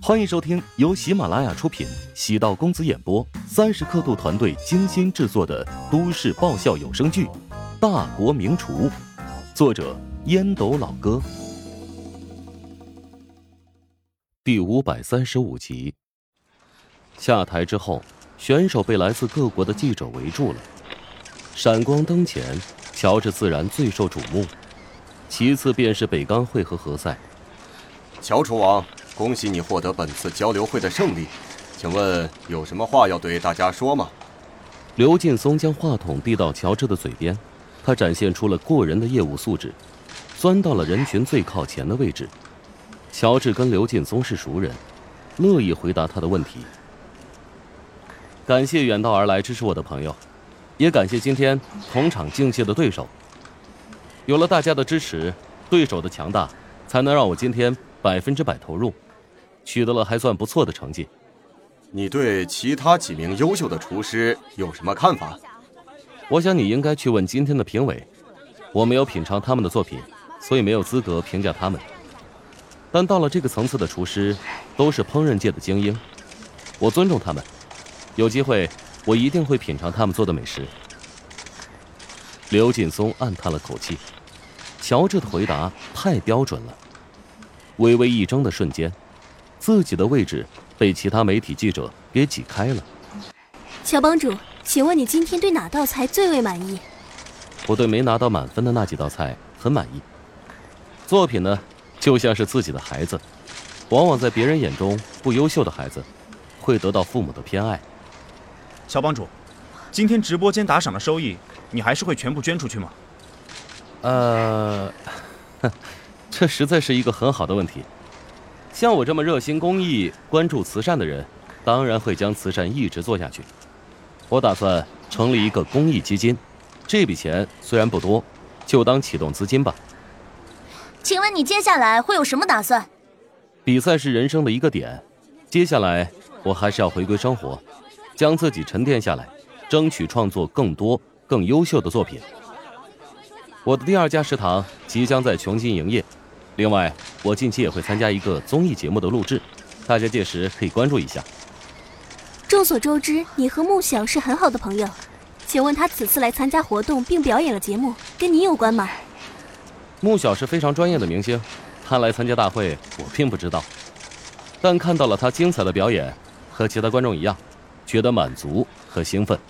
欢迎收听由喜马拉雅出品，喜道公子演播，30刻度团队精心制作的都市爆笑有声剧《大国名厨》，作者烟斗老哥。第535集。下台之后，选手被来自各国的记者围住了。闪光灯前，乔治自然最受瞩目，其次便是北钢会和何塞。 乔厨王，恭喜你获得本次交流会的胜利，请问有什么话要对大家说吗？ 刘劲松将话筒递到乔治的嘴边，他展现出了过人的业务素质，钻到了人群最靠前的位置。乔治跟刘劲松是熟人，乐意回答他的问题。感谢远道而来支持我的朋友，也感谢今天同场竞技的对手。有了大家的支持，对手的强大，才能让我今天100%投入，取得了还算不错的成绩。 你对其他几名优秀的厨师有什么看法？ 我想你应该去问今天的评委，我没有品尝他们的作品，所以没有资格评价他们。但到了这个层次的厨师，都是烹饪界的精英，我尊重他们。有机会，我一定会品尝他们做的美食。刘劲松暗叹了口气，乔治的回答太标准了。微微一怔的瞬间，自己的位置被其他媒体记者给挤开了。 乔帮主，请问你今天对哪道菜最为满意？ 我对没拿到满分的那几道菜很满意。作品呢，就像是自己的孩子，往往在别人眼中不优秀的孩子，会得到父母的偏爱。 乔帮主，今天直播间打赏的收益，你还是会全部捐出去吗？ 这实在是一个很好的问题。像我这么热心公益、关注慈善的人，当然会将慈善一直做下去。我打算成立一个公益基金，这笔钱虽然不多，就当启动资金吧。 请问你接下来会有什么打算？ 比赛是人生的一个点，接下来我还是要回归生活，将自己沉淀下来，争取创作更多更优秀的作品。我的第2家食堂即将在琼津营业，另外我近期也会参加一个综艺节目的录制，大家届时可以关注一下。 众所周知，你和穆晓是很好的朋友，请问他此次来参加活动并表演了节目，跟你有关吗？ 穆晓是非常专业的明星，他来参加大会我并不知道，但看到了他精彩的表演，和其他观众一样，觉得满足和兴奋。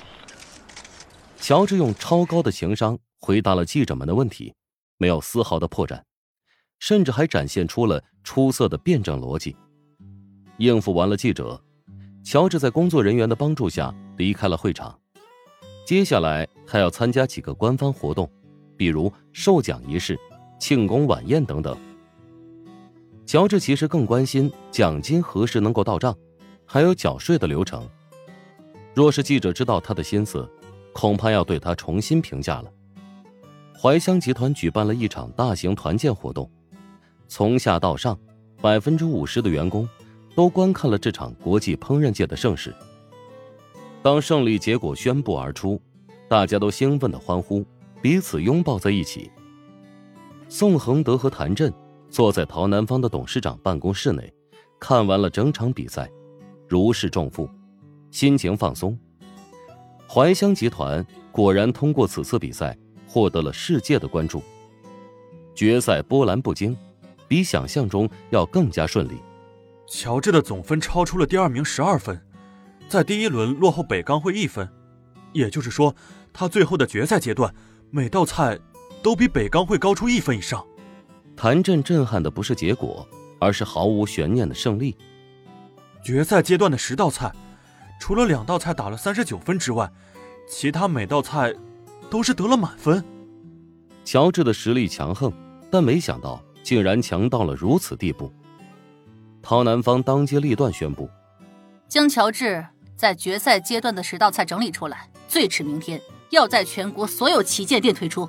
乔治用超高的情商回答了记者们的问题，没有丝毫的破绽，甚至还展现出了出色的辩证逻辑。应付完了记者，乔治在工作人员的帮助下离开了会场。接下来他要参加几个官方活动，比如授奖仪式、庆功晚宴等等。乔治其实更关心奖金何时能够到账，还有缴税的流程。若是记者知道他的心思，恐怕要对他重新评价了。怀香集团举办了一场大型团建活动，从下到上，50%的员工都观看了这场国际烹饪界的盛事。当胜利结果宣布而出，大家都兴奋地欢呼，彼此拥抱在一起。宋恒德和谭震坐在陶南方的董事长办公室内，看完了整场比赛，如释重负，心情放松。怀香集团果然通过此次比赛获得了世界的关注，决赛波澜不惊，比想象中要更加顺利。 乔治的总分超出了第2名12分，在第1轮落后北钢会1分，也就是说他最后的决赛阶段每道菜都比北钢会高出1分以上。 谭震震撼的不是结果，而是毫无悬念的胜利。 决赛阶段的10道菜，除了2道菜打了39分之外，其他每道菜都是得了满分。 乔治的实力强横，但没想到竟然强到了如此地步。陶南方当机立断宣布， 将乔治在决赛阶段的10道菜整理出来，最迟明天要在全国所有旗舰店推出。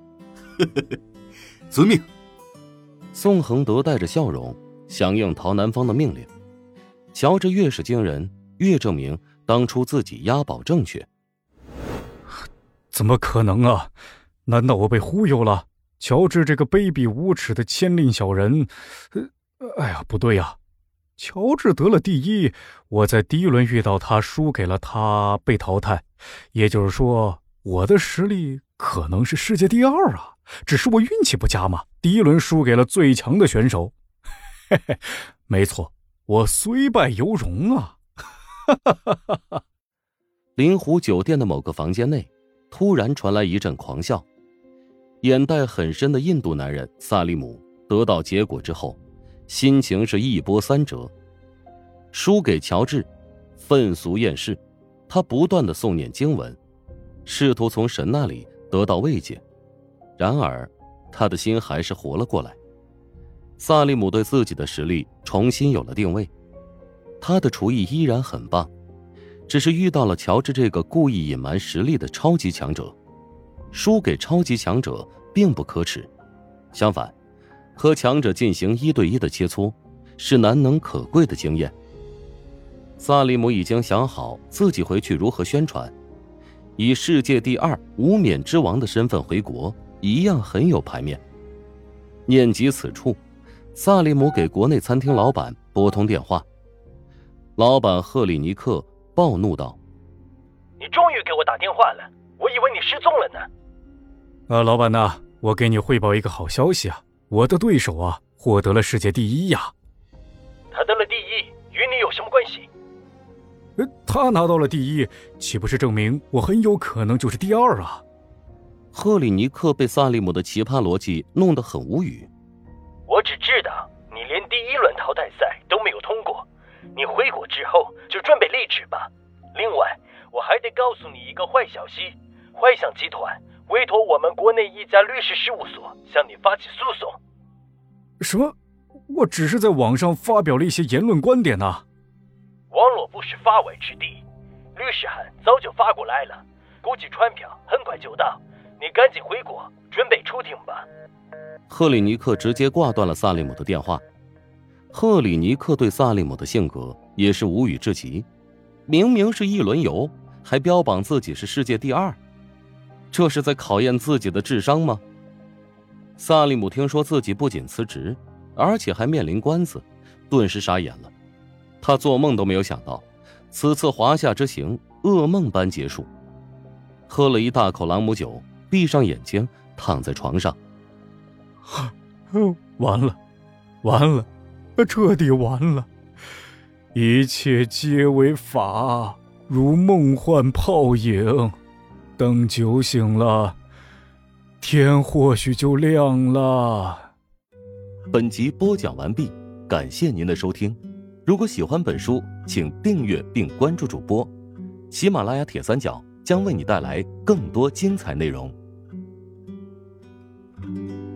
遵命。 宋恒德带着笑容响应陶南方的命令。乔治越是惊人，越证明当初自己押宝正确。 怎么可能啊？难道我被忽悠了？乔治这个卑鄙无耻的签令小人，哎呀，不对呀！ 乔治得了第一，我在第一轮遇到他，输给了他，被淘汰。也就是说，我的实力可能是世界第二啊，只是我运气不佳嘛，第一轮输给了最强的选手。嘿嘿，没错，我虽败犹荣啊。 临湖酒店的某个房间内，突然传来一阵狂笑。眼袋很深的印度男人萨利姆得到结果之后，心情是一波三折。输给乔治，愤俗厌世，他不断地诵念经文，试图从神那里得到慰藉。然而他的心还是活了过来。萨利姆对自己的实力重新有了定位，他的厨艺依然很棒，只是遇到了乔治这个故意隐瞒实力的超级强者。输给超级强者并不可耻，相反，和强者进行1对1的切磋是难能可贵的经验。萨利姆已经想好自己回去如何宣传，以世界第2无冕之王的身份回国一样很有排面。念及此处，萨利姆给国内餐厅老板拨通电话。老板赫里尼克暴怒道： 你终于给我打电话了，我以为你失踪了呢。 老板呐，我给你汇报一个好消息啊，我的对手啊获得了世界第1呀。 他得了第1，与你有什么关系？ 他拿到了第1，岂不是证明我很有可能就是第2啊？ 赫里尼克被萨利姆的奇葩逻辑弄得很无语。 我只知道你连第1轮淘汰赛都没有通过，你回国之后就准备离职吧。另外，我还得告诉你一个坏消息，怀想集团委托我们国内一家律师事务所向你发起诉讼。 什么？我只是在网上发表了一些言论观点啊。 网络不是法外之地，律师函早就发过来了，估计传票很快就到，你赶紧回国准备出庭吧。 赫里尼克直接挂断了萨利姆的电话。赫里尼克对萨利姆的性格也是无语至极，明明是1轮游，还标榜自己是世界第2，这是在考验自己的智商吗？萨利姆听说自己不仅辞职，而且还面临官司，顿时傻眼了。他做梦都没有想到，此次华夏之行噩梦般结束。喝了一大口朗姆酒，闭上眼睛躺在床上。 完了，完了，彻底完了！一切皆为法，如梦幻泡影。等酒醒了，天或许就亮了。 本集播讲完毕，感谢您的收听。如果喜欢本书，请订阅并关注主播。喜马拉雅铁三角将为你带来更多精彩内容。